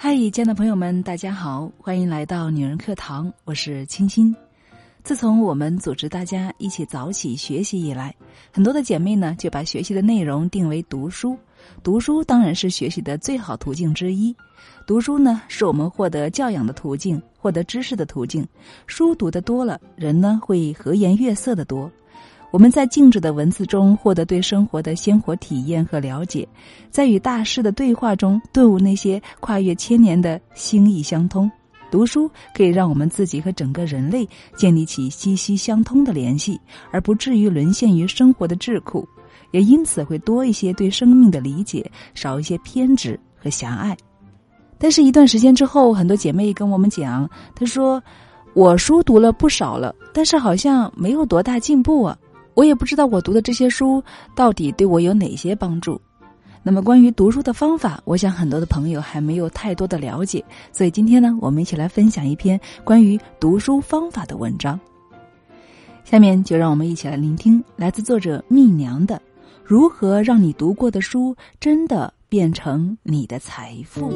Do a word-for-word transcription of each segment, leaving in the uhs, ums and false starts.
嗨，亲爱的朋友们，大家好，欢迎来到女人课堂，我是清新。自从我们组织大家一起早起学习以来，很多的姐妹呢就把学习的内容定为读书。读书当然是学习的最好途径之一。读书呢是我们获得教养的途径，获得知识的途径。书读得多了，人呢会和颜悦色的多。我们在静止的文字中获得对生活的鲜活体验和了解，在与大师的对话中顿悟那些跨越千年的心意相通。读书可以让我们自己和整个人类建立起息息相通的联系，而不至于沦陷于生活的桎梏，也因此会多一些对生命的理解，少一些偏执和狭隘。但是一段时间之后，很多姐妹跟我们讲，她说我书读了不少了，但是好像没有多大进步啊，我也不知道我读的这些书到底对我有哪些帮助。那么关于读书的方法，我想很多的朋友还没有太多的了解，所以今天呢，我们一起来分享一篇关于读书方法的文章。下面就让我们一起来聆听来自作者蜜娘的如何让你读过的书真的变成你的财富。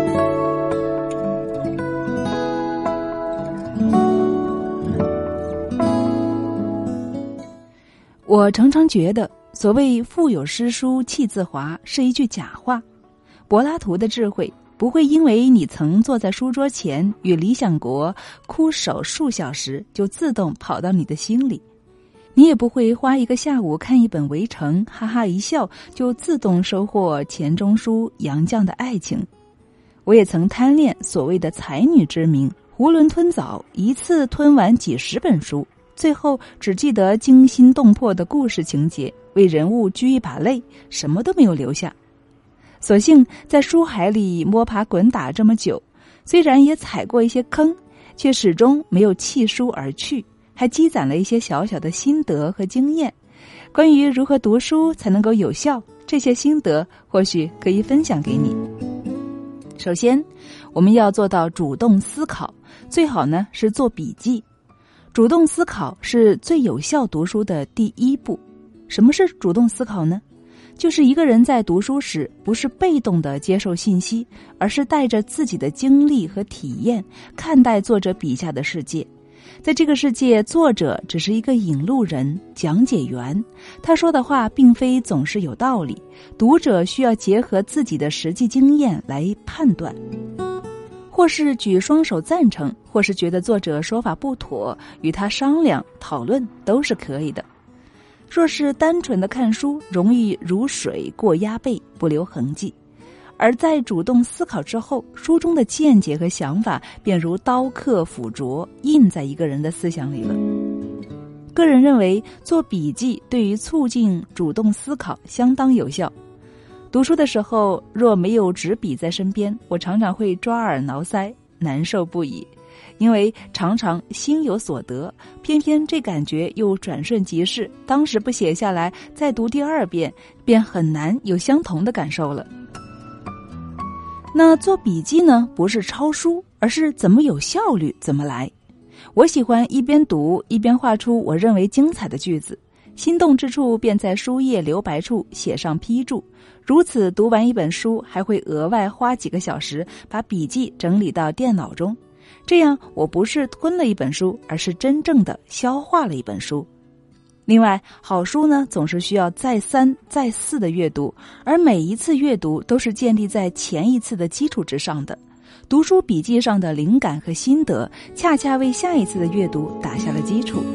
我常常觉得所谓腹有诗书气自华是一句假话。柏拉图的智慧不会因为你曾坐在书桌前与理想国枯守数小时就自动跑到你的心里，你也不会花一个下午看一本围城，哈哈一笑就自动收获钱钟书杨绛的爱情。我也曾贪恋所谓的才女之名，囫囵吞枣，一次吞完几十本书，最后只记得惊心动魄的故事情节，为人物掬一把泪，什么都没有留下。所幸在书海里摸爬滚打这么久，虽然也踩过一些坑，却始终没有弃书而去，还积攒了一些小小的心得和经验。关于如何读书才能够有效，这些心得或许可以分享给你。首先，我们要做到主动思考，最好呢是做笔记。主动思考是最有效读书的第一步。什么是主动思考呢？就是一个人在读书时，不是被动地接受信息，而是带着自己的经历和体验，看待作者笔下的世界。在这个世界，作者只是一个引路人、讲解员，他说的话并非总是有道理，读者需要结合自己的实际经验来判断。或是举双手赞成，或是觉得作者说法不妥，与他商量讨论都是可以的。若是单纯的看书，容易如水过鸭背，不留痕迹。而在主动思考之后，书中的见解和想法便如刀刻斧琢，印在一个人的思想里了。个人认为，做笔记对于促进主动思考相当有效。读书的时候，若没有纸笔在身边，我常常会抓耳挠腮，难受不已。因为常常心有所得，偏偏这感觉又转瞬即逝，当时不写下来，再读第二遍，便很难有相同的感受了。那做笔记呢，不是抄书，而是怎么有效率怎么来。我喜欢一边读一边画出我认为精彩的句子，心动之处便在书页留白处写上批注。如此读完一本书，还会额外花几个小时把笔记整理到电脑中。这样我不是吞了一本书，而是真正的消化了一本书。另外，好书呢总是需要再三再四的阅读，而每一次阅读都是建立在前一次的基础之上的。读书笔记上的灵感和心得，恰恰为下一次的阅读打下了基础。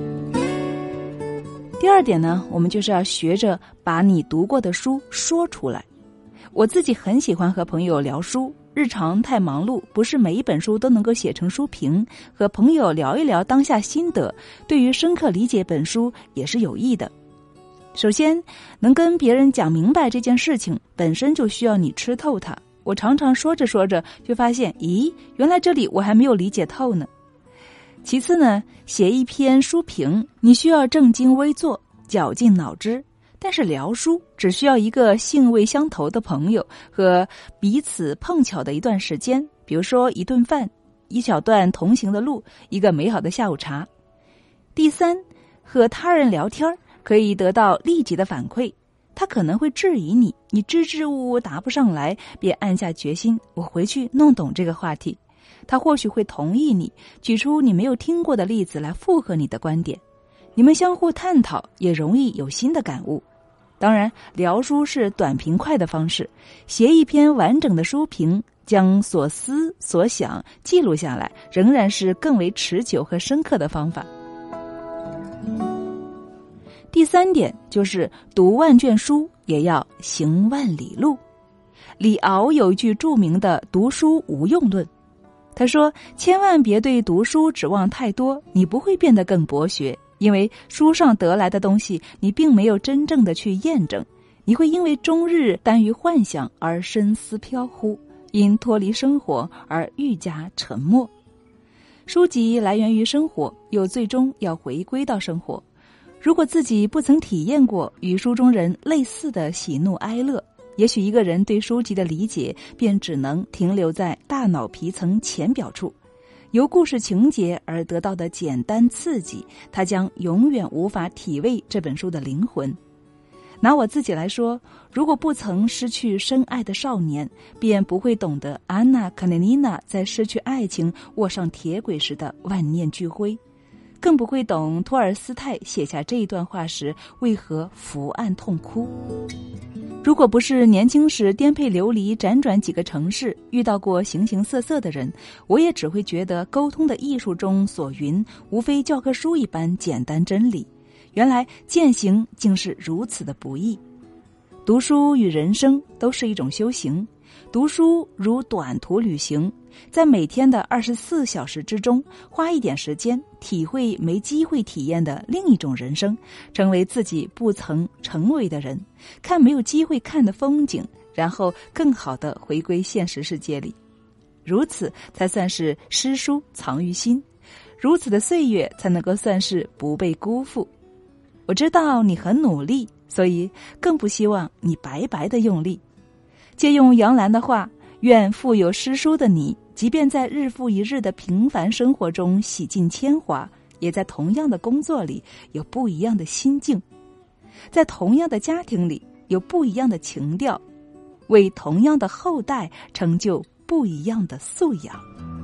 第二点呢，我们就是要学着把你读过的书说出来。我自己很喜欢和朋友聊书，日常太忙碌，不是每一本书都能够写成书评，和朋友聊一聊当下心得，对于深刻理解本书也是有益的。首先，能跟别人讲明白这件事情，本身就需要你吃透它。我常常说着说着就发现，咦，原来这里我还没有理解透呢。其次呢，写一篇书评，你需要正襟危坐，绞尽脑汁。但是聊书只需要一个兴味相投的朋友和彼此碰巧的一段时间，比如说一顿饭，一小段同行的路，一个美好的下午茶。第三，和他人聊天可以得到立即的反馈， 他可能会质疑你，你支支吾吾答不上来，便暗下决心，我回去弄懂这个话题。他或许会同意你，举出你没有听过的例子来附和你的观点。你们相互探讨，也容易有新的感悟。当然，聊书是短平快的方式，写一篇完整的书评，将所思所想记录下来，仍然是更为持久和深刻的方法。第三点就是读万卷书也要行万里路。李敖有一句著名的读书无用论，他说，千万别对读书指望太多，你不会变得更博学，因为书上得来的东西你并没有真正的去验证，你会因为终日耽于幻想而深思飘忽，因脱离生活而愈加沉默。书籍来源于生活，又最终要回归到生活。如果自己不曾体验过与书中人类似的喜怒哀乐，也许一个人对书籍的理解便只能停留在大脑皮层浅表处，由故事情节而得到的简单刺激，他将永远无法体味这本书的灵魂。拿我自己来说，如果不曾失去深爱的少年，便不会懂得安娜·卡列尼娜在失去爱情卧上铁轨时的万念俱灰，更不会懂托尔斯泰写下这一段话时为何伏案痛哭。如果不是年轻时颠沛流离辗转几个城市，遇到过形形色色的人，我也只会觉得沟通的艺术中所云无非教科书一般简单真理，原来践行竟是如此的不易。读书与人生都是一种修行，读书如短途旅行，在每天的二十四小时之中，花一点时间体会没机会体验的另一种人生，成为自己不曾成为的人，看没有机会看的风景，然后更好地回归现实世界里。如此才算是诗书藏于心，如此的岁月才能够算是不被辜负。我知道你很努力，所以更不希望你白白的用力。借用杨澜的话，愿富有诗书的你，即便在日复一日的平凡生活中洗尽铅华，也在同样的工作里有不一样的心境，在同样的家庭里有不一样的情调，为同样的后代成就不一样的素养。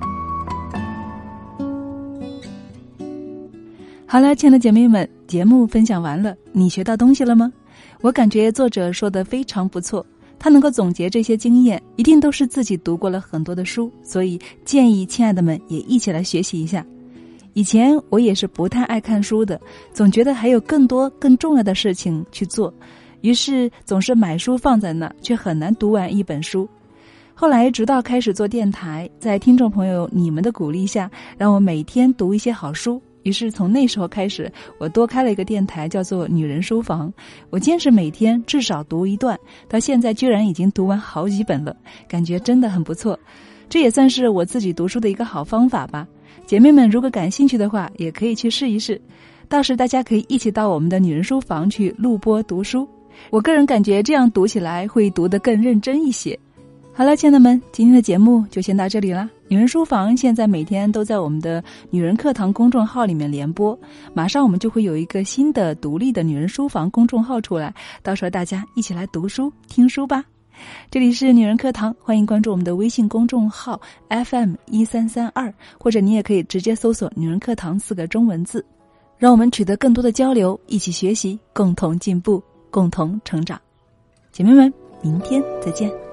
好了，亲爱的姐妹们，节目分享完了，你学到东西了吗？我感觉作者说得非常不错，他能够总结这些经验，一定都是自己读过了很多的书，所以建议亲爱的们也一起来学习一下。以前我也是不太爱看书的，总觉得还有更多更重要的事情去做，于是总是买书放在那，却很难读完一本书。后来直到开始做电台，在听众朋友你们的鼓励下，让我每天读一些好书，于是从那时候开始，我多开了一个电台，叫做女人书房。我坚持每天至少读一段，到现在居然已经读完好几本了，感觉真的很不错。这也算是我自己读书的一个好方法吧。姐妹们如果感兴趣的话，也可以去试一试。到时大家可以一起到我们的女人书房去录播读书。我个人感觉这样读起来会读得更认真一些。好了，亲爱的们，今天的节目就先到这里了。女人书房现在每天都在我们的女人课堂公众号里面联播，马上我们就会有一个新的独立的女人书房公众号出来，到时候大家一起来读书听书吧。这里是女人课堂，欢迎关注我们的微信公众号 F M 一三三二， 或者你也可以直接搜索女人课堂四个中文字，让我们取得更多的交流，一起学习，共同进步，共同成长。姐妹们，明天再见。